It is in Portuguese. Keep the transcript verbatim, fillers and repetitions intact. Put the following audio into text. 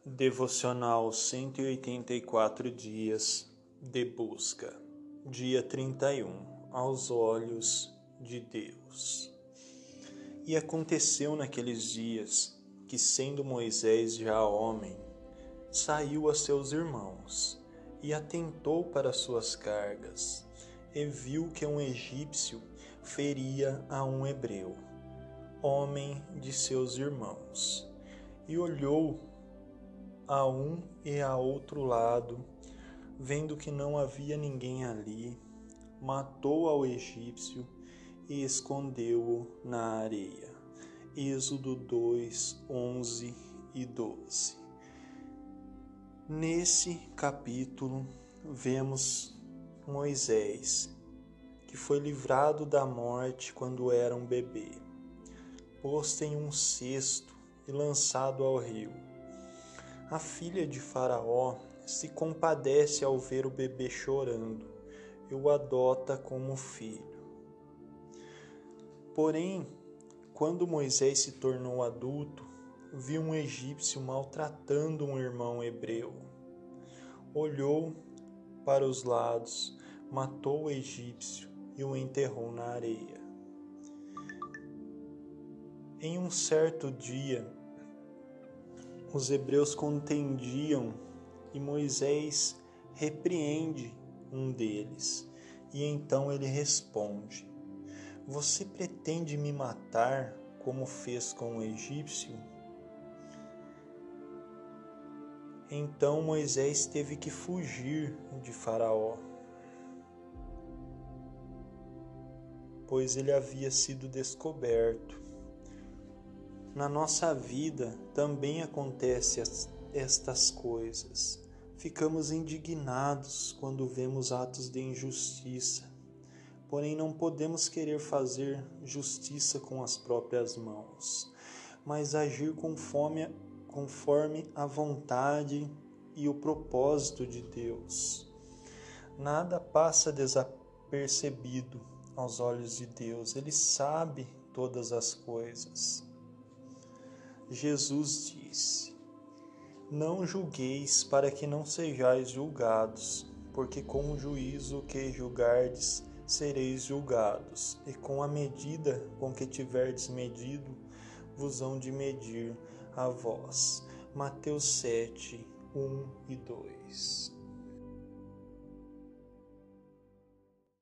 Devocional cento e oitenta e quatro dias de busca. Dia trinta e um. Aos olhos de Deus. E aconteceu naqueles dias que, sendo Moisés já homem, saiu a seus irmãos e atentou para suas cargas, e viu que um egípcio feria a um hebreu, homem de seus irmãos, e olhou a um e a outro lado, vendo que não havia ninguém ali, matou ao egípcio e escondeu-o na areia. Êxodo dois, onze e doze. Nesse capítulo vemos Moisés, que foi livrado da morte quando era um bebê, posto em um cesto e lançado ao rio. A filha de Faraó se compadece ao ver o bebê chorando e o adota como filho. Porém, quando Moisés se tornou adulto, viu um egípcio maltratando um irmão hebreu. Olhou para os lados, matou o egípcio e o enterrou na areia. Em um certo dia, os hebreus contendiam e Moisés repreende um deles. E então ele responde: Você pretende me matar como fez com o egípcio? Então Moisés teve que fugir de Faraó, pois ele havia sido descoberto. Na nossa vida também acontecem estas coisas. Ficamos indignados quando vemos atos de injustiça, porém não podemos querer fazer justiça com as próprias mãos, mas agir conforme, conforme a vontade e o propósito de Deus. Nada passa desapercebido aos olhos de Deus, Ele sabe todas as coisas. Jesus disse: Não julgueis para que não sejais julgados, porque com o juízo que julgardes sereis julgados, e com a medida com que tiverdes medido, vos hão de medir a vós. Mateus sete, um e dois.